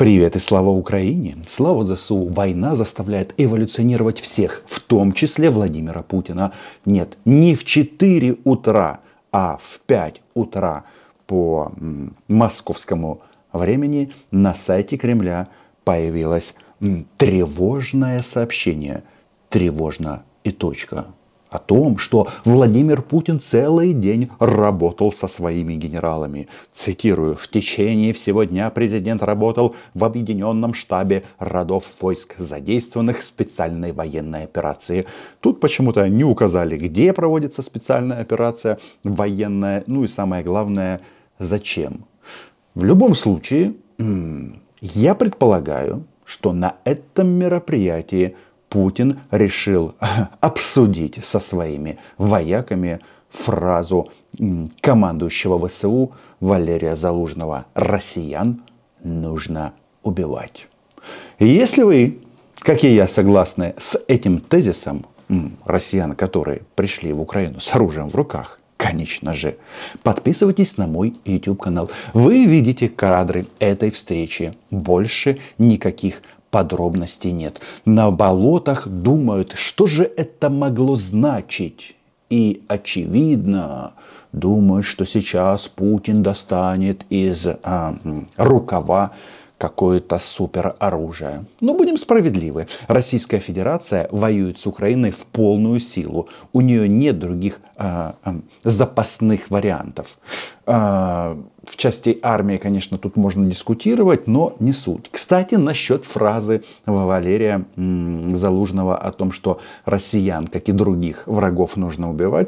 Привет и слава Украине! Слава ЗСУ! Война заставляет эволюционировать всех, в том числе Владимира Путина. Нет, не в 4 утра, а в 5 утра по московскому времени на сайте Кремля появилось тревожное сообщение. Тревожно и точка. О том, что Владимир Путин целый день работал со своими генералами. Цитирую: «В течение всего дня президент работал в объединенном штабе родов войск, задействованных в специальной военной операции». Тут почему-то не указали, где проводится специальная операция военная, ну и самое главное, зачем. В любом случае, я предполагаю, что на этом мероприятии Путин решил обсудить со своими вояками фразу командующего ВСУ Валерия Залужного: «Россиян нужно убивать». И если вы, как и я, согласны с этим тезисом, россиян, которые пришли в Украину с оружием в руках, конечно же, подписывайтесь на мой YouTube канал. Вы видите кадры этой встречи. Больше никаких подробностей нет. На болотах думают, что же это могло значить. И очевидно, думают, что сейчас Путин достанет из рукава какое-то супероружие. Но будем справедливы. Российская Федерация воюет с Украиной в полную силу. У нее нет других запасных вариантов. В части армии, конечно, тут можно дискутировать, но не суть. Кстати, насчет фразы Валерия Залужного о том, что россиян, как и других врагов, нужно убивать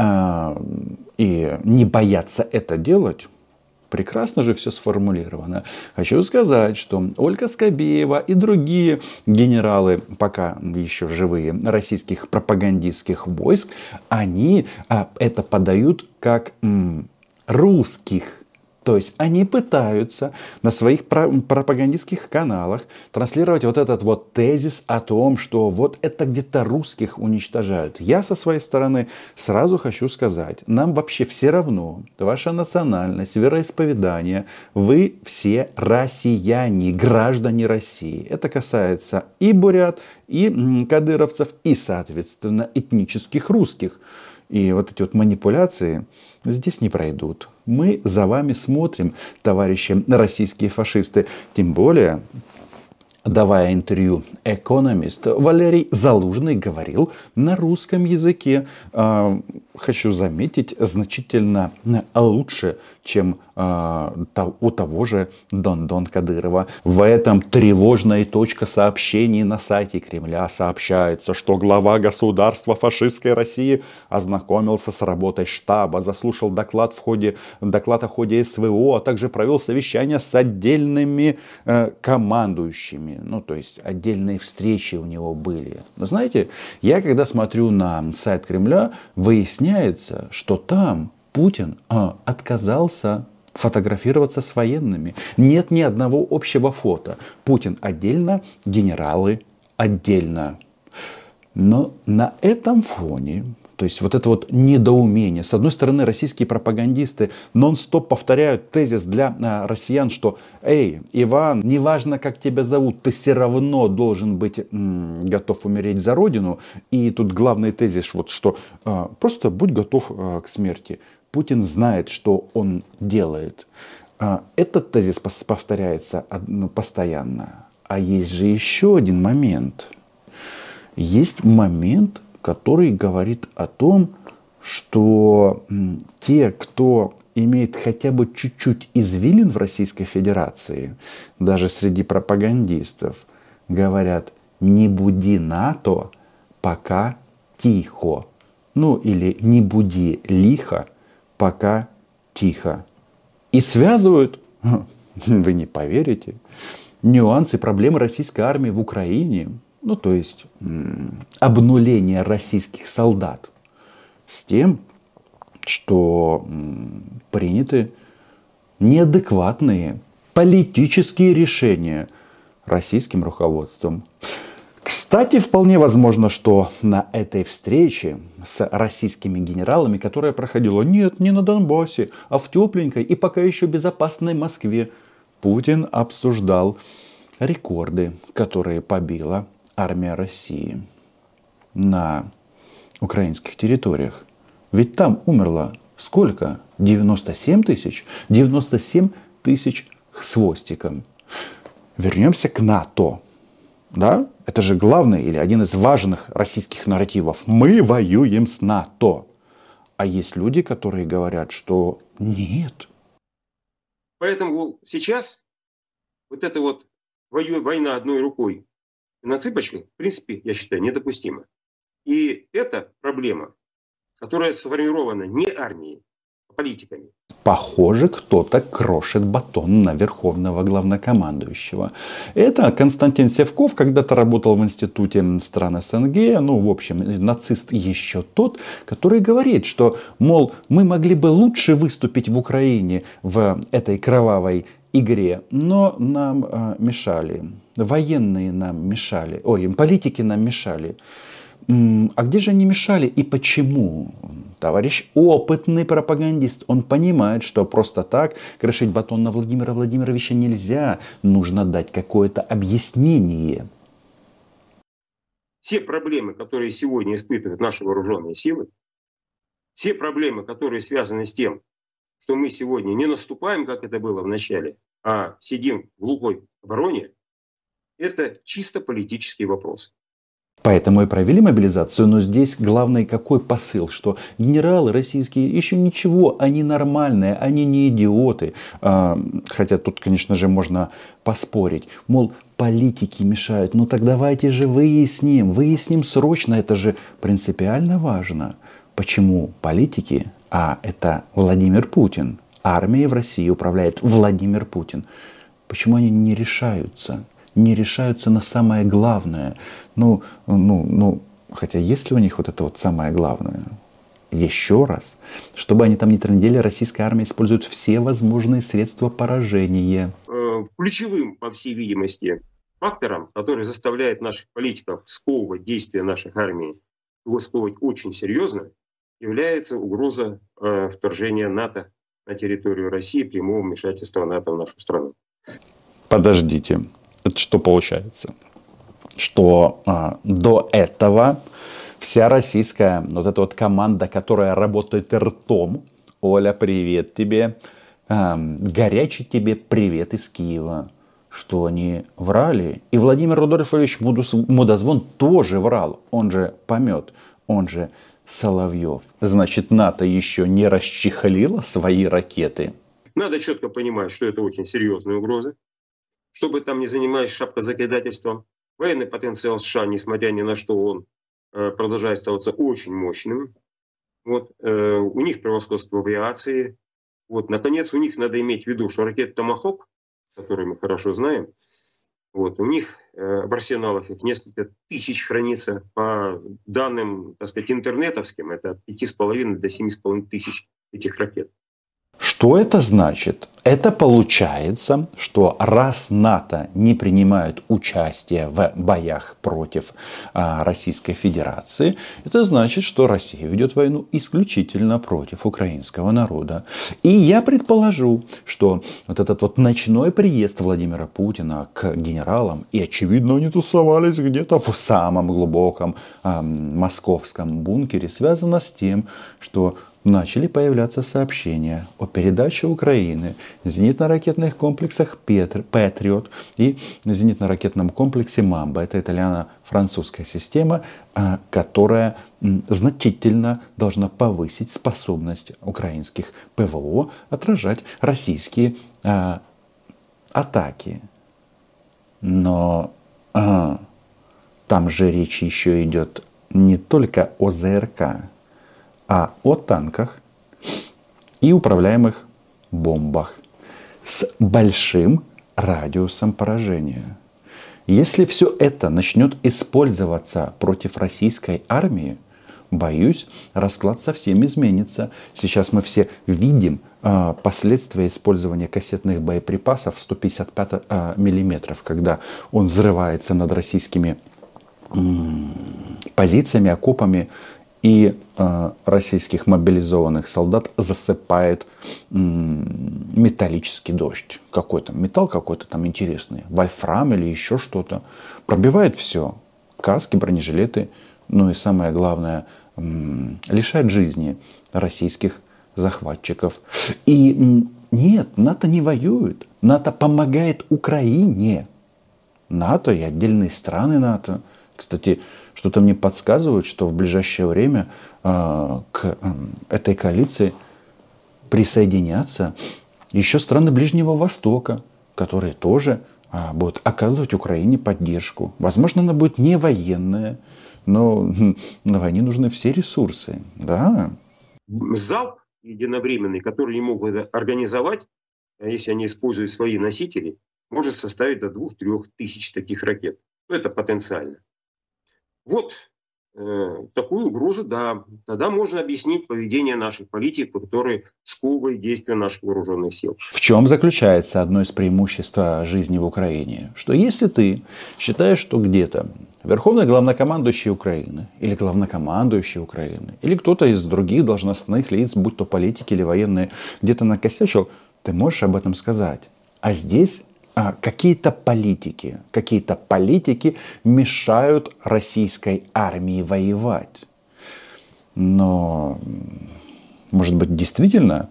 и не бояться это делать. Прекрасно же все сформулировано. Хочу сказать, что Ольга Скобеева и другие генералы, пока еще живые, российских пропагандистских войск, они это подают как русских. То есть они пытаются на своих пропагандистских каналах транслировать вот этот вот тезис о том, что вот это где-то русских уничтожают. Я со своей стороны сразу хочу сказать, нам вообще все равно, ваша национальность, вероисповедание, вы все россияне, граждане России. Это касается и бурят, и кадыровцев, и, соответственно, этнических русских. И вот эти вот манипуляции здесь не пройдут. Мы за вами смотрим, товарищи российские фашисты. Тем более, давая интервью Economist, Валерий Залужный говорил на русском языке. Хочу заметить, значительно лучше, чем у того же Дондон Кадырова. В этом тревожная точка сообщений на сайте Кремля сообщается, что глава государства фашистской России ознакомился с работой штаба, заслушал доклад о ходе СВО, а также провел совещание с отдельными командующими. Ну, то есть отдельные встречи у него были. Но знаете, я когда смотрю на сайт Кремля, выясняется, что там Путин отказался фотографироваться с военными. Нет ни одного общего фото. Путин отдельно, генералы отдельно. Но на этом фоне, то есть вот это вот недоумение. С одной стороны, российские пропагандисты нон-стоп повторяют тезис для россиян, что «Эй, Иван, неважно, как тебя зовут, ты все равно должен быть готов умереть за Родину». И тут главный тезис, вот, что просто будь готов к смерти. Путин знает, что он делает. Этот тезис повторяется постоянно. А есть же еще один момент. Есть момент, который говорит о том, что те, кто имеет хотя бы чуть-чуть извилин в Российской Федерации, даже среди пропагандистов, говорят: не буди НАТО, пока тихо. Ну или не буди лихо, пока тихо. И связывают, вы не поверите, нюансы проблемы российской армии в Украине, ну то есть обнуление российских солдат, с тем, что приняты неадекватные политические решения российским руководством. Кстати, вполне возможно, что на этой встрече с российскими генералами, которая проходила нет, не на Донбассе, а в тепленькой и пока еще безопасной Москве, Путин обсуждал рекорды, которые побила армия России на украинских территориях. Ведь там умерло сколько? 97 тысяч? 97 тысяч с хвостиком. Вернемся к НАТО. Да? Это же главный или один из важных российских нарративов. Мы воюем с НАТО. А есть люди, которые говорят, что нет. Поэтому сейчас вот эта вот война одной рукой на цыпочках, в принципе, я считаю, недопустима. И это проблема, которая сформирована не армией, а политиками. Похоже, кто-то крошит батон на верховного главнокомандующего. Это Константин Севков, когда-то работал в институте стран СНГ. Ну, в общем, нацист еще тот, который говорит, что, мол, мы могли бы лучше выступить в Украине в этой кровавой игре, но нам мешали. Военные нам мешали. Ой, политики нам мешали. А где же они мешали и почему? Товарищ опытный пропагандист, он понимает, что просто так крошить батон на Владимира Владимировича нельзя. Нужно дать какое-то объяснение. Все проблемы, которые сегодня испытывают наши вооруженные силы, все проблемы, которые связаны с тем, что мы сегодня не наступаем, как это было в начале, а сидим в глухой обороне, это чисто политический вопрос. Поэтому и провели мобилизацию, но здесь главный какой посыл, что генералы российские еще ничего, они нормальные, они не идиоты. Хотя тут, конечно же, можно поспорить. Мол, политики мешают. Ну так давайте же выясним срочно, это же принципиально важно. Почему политики, а это Владимир Путин, армией в России управляет Владимир Путин, почему они не решаются на самое главное. Хотя есть ли у них вот это вот самое главное? Еще раз, чтобы они там не трындели, российская армия использует все возможные средства поражения. Ключевым, по всей видимости, фактором, который заставляет наших политиков сковывать действия наших армий, его сковывать очень серьезно, является угроза вторжения НАТО на территорию России, прямого вмешательства НАТО в нашу страну. Подождите. Это что получается? Что до этого вся российская вот эта вот команда, которая работает ртом, Оля, привет тебе, горячий тебе привет из Киева, что они врали. И Владимир Рудольфович Мудозвон тоже врал. Он же помет, он же Соловьев. Значит, НАТО еще не расчехлило свои ракеты. Надо четко понимать, что это очень серьезная угроза. Что бы там ни занимаясь шапкозакидательством, военный потенциал США, несмотря ни на что, он продолжает оставаться очень мощным. У них превосходство в авиации. Наконец, у них надо иметь в виду, что ракеты «Томахок», которые мы хорошо знаем, у них в арсеналах их несколько тысяч хранится. По данным, так сказать, интернетовским, это от 5,5 до 7,5 тысяч этих ракет. Что это значит? Это получается, что раз НАТО не принимает участие в боях против Российской Федерации, это значит, что Россия ведет войну исключительно против украинского народа. И я предположу, что вот этот вот ночной приезд Владимира Путина к генералам, и очевидно они тусовались где-то в самом глубоком московском бункере, связано с тем, что начали появляться сообщения о передаче Украины зенитно-ракетных комплексах «Патриот» и зенитно-ракетном комплексе «Мамба». Это итальяно-французская система, которая значительно должна повысить способность украинских ПВО отражать российские атаки. Но там же речь еще идет не только о ЗРК, а о танках и управляемых бомбах с большим радиусом поражения. Если все это начнет использоваться против российской армии, боюсь, расклад совсем изменится. Сейчас мы все видим последствия использования кассетных боеприпасов 155 миллиметров, когда он взрывается над российскими позициями, окопами, и российских мобилизованных солдат засыпает металлический дождь. Какой-то металл какой-то там интересный, вольфрам или еще что-то. Пробивает все. Каски, бронежилеты. Ну и самое главное, лишает жизни российских захватчиков. И нет, НАТО не воюет. НАТО помогает Украине. НАТО и отдельные страны НАТО. Кстати, что-то мне подсказывает, что в ближайшее время к этой коалиции присоединятся еще страны Ближнего Востока, которые тоже будут оказывать Украине поддержку. Возможно, она будет не военная, но на войне нужны все ресурсы. Да. Залп единовременный, который они могут организовать, если они используют свои носители, может составить до 2-3 тысяч таких ракет. Это потенциально. Вот такую угрозу, да. Тогда можно объяснить поведение наших политиков, которые сковывают действия наших вооруженных сил. В чем заключается одно из преимуществ жизни в Украине? Что если ты считаешь, что где-то верховный главнокомандующий Украины, или главнокомандующий Украины, или кто-то из других должностных лиц, будь то политики или военные, где-то накосячил, ты можешь об этом сказать. А здесь какие-то политики мешают российской армии воевать. Но, может быть, действительно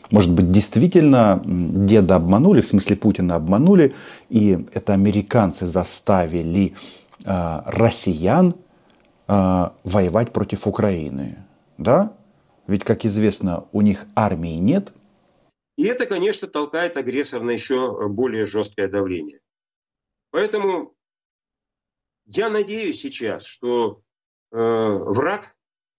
деда обманули, в смысле Путина обманули, и это американцы заставили россиян воевать против Украины. Да? Ведь, как известно, у них армии нет. И это, конечно, толкает агрессора на еще более жесткое давление. Поэтому я надеюсь сейчас, что враг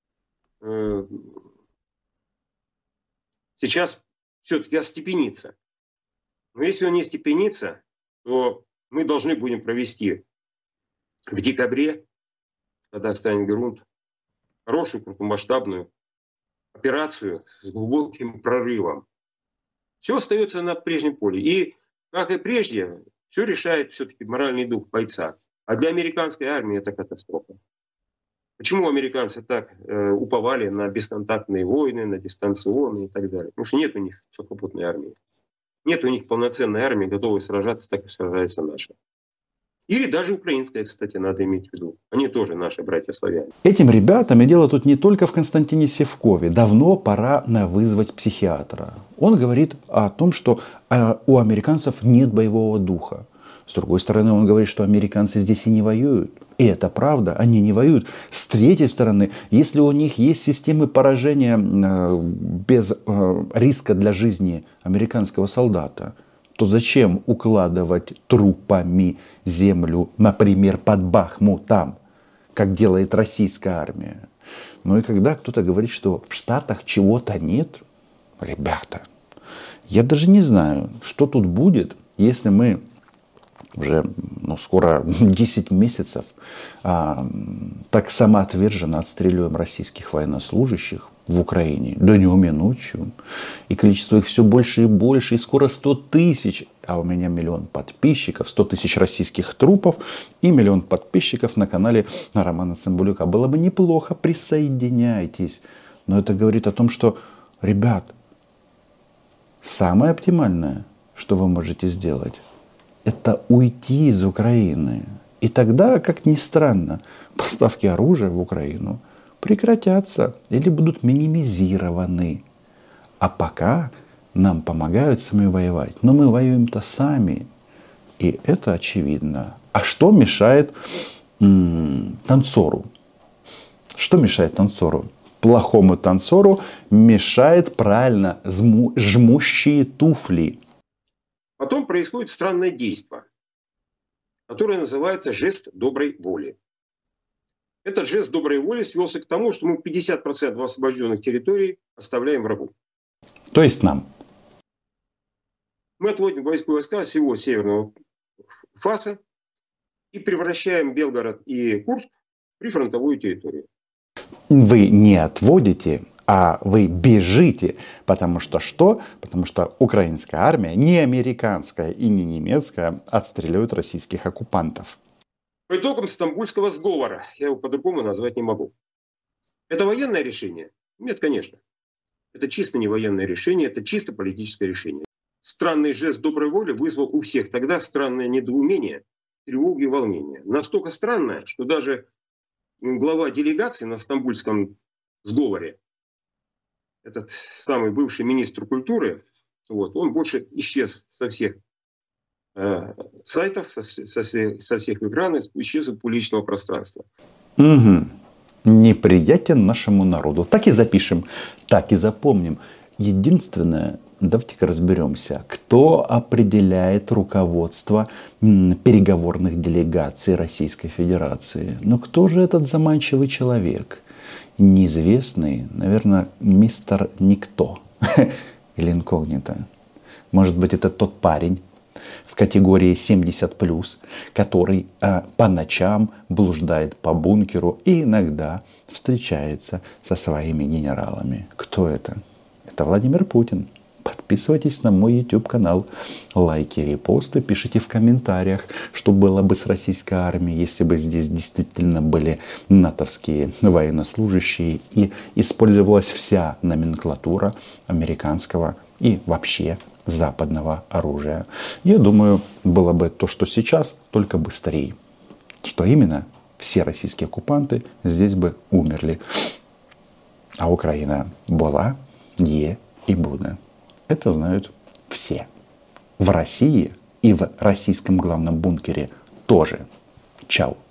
сейчас все-таки остепенится. Но если он не остепенится, то мы должны будем провести в декабре, когда станет грунт, хорошую крупномасштабную операцию с глубоким прорывом. Все остается на прежнем поле. И, как и прежде, все решает все-таки моральный дух бойца. А для американской армии это катастрофа. Почему американцы так уповали на бесконтактные войны, на дистанционные и так далее? Потому что нет у них сухопутной армии. Нет у них полноценной армии, готовой сражаться так, как сражается наша. Или даже украинская, кстати, надо иметь в виду. Они тоже наши братья-славяне. Этим ребятам, и дело тут не только в Константине Севкове, давно пора вызвать психиатра. Он говорит о том, что у американцев нет боевого духа. С другой стороны, он говорит, что американцы здесь и не воюют. И это правда, они не воюют. С третьей стороны, если у них есть системы поражения без риска для жизни американского солдата, то зачем укладывать трупами землю, например, под Бахмутом, как делает российская армия? Ну и когда кто-то говорит, что в Штатах чего-то нет, ребята, я даже не знаю, что тут будет, если мы уже скоро 10 месяцев так самоотверженно отстреливаем российских военнослужащих в Украине днем и ночью. И количество их все больше и больше. И скоро 100 тысяч, а у меня 1 миллион подписчиков, 100 тысяч российских трупов и 1 миллион подписчиков на канале Романа Цымбалюка. Было бы неплохо, присоединяйтесь. Но это говорит о том, что, ребят, самое оптимальное, что вы можете сделать, это уйти из Украины. И тогда, как ни странно, поставки оружия в Украину прекратятся или будут минимизированы. А пока нам помогают сами воевать. Но мы воюем-то сами. И это очевидно. А что мешает танцору? Что мешает танцору? Плохому танцору мешает, правильно, жмущие туфли. Потом происходит странное действие, которое называется жест доброй воли. Этот жест доброй воли свелся к тому, что мы 50% освобожденных территорий оставляем врагу. То есть нам. Мы отводим войска всего северного фаса и превращаем Белгород и Курск в прифронтовую территорию. Вы не отводите, а вы бежите. Потому что что? Потому что украинская армия, не американская и не немецкая, отстреливает российских оккупантов. По итогам Стамбульского сговора, я его по-другому назвать не могу, Это военное решение? Нет, конечно. Это чисто не военное решение, это чисто политическое решение. Странный жест доброй воли вызвал у всех тогда странное недоумение, тревогу и волнение. Настолько странное, что даже глава делегации на Стамбульском сговоре, этот самый бывший министр культуры, вот, он больше исчез со всех сайтов, со всех экранов, исчез из публичного пространства. Угу. Неприятен нашему народу. Так и запишем, так и запомним. Единственное, давайте-ка разберемся, кто определяет руководство переговорных делегаций Российской Федерации. Ну кто же этот заманчивый человек? Неизвестный, наверное, мистер Никто или инкогнито. Может быть, это тот парень в категории 70+, который по ночам блуждает по бункеру и иногда встречается со своими генералами. Кто это? Это Владимир Путин. Подписывайтесь на мой YouTube канал, лайки, репосты, пишите в комментариях, что было бы с российской армией, если бы здесь действительно были натовские военнослужащие и использовалась вся номенклатура американского и вообще западного оружия. Я думаю, было бы то, что сейчас, только быстрее. Что именно? Все российские оккупанты здесь бы умерли. А Украина была, є и будет. Это знают все. В России и в российском главном бункере тоже. Чао.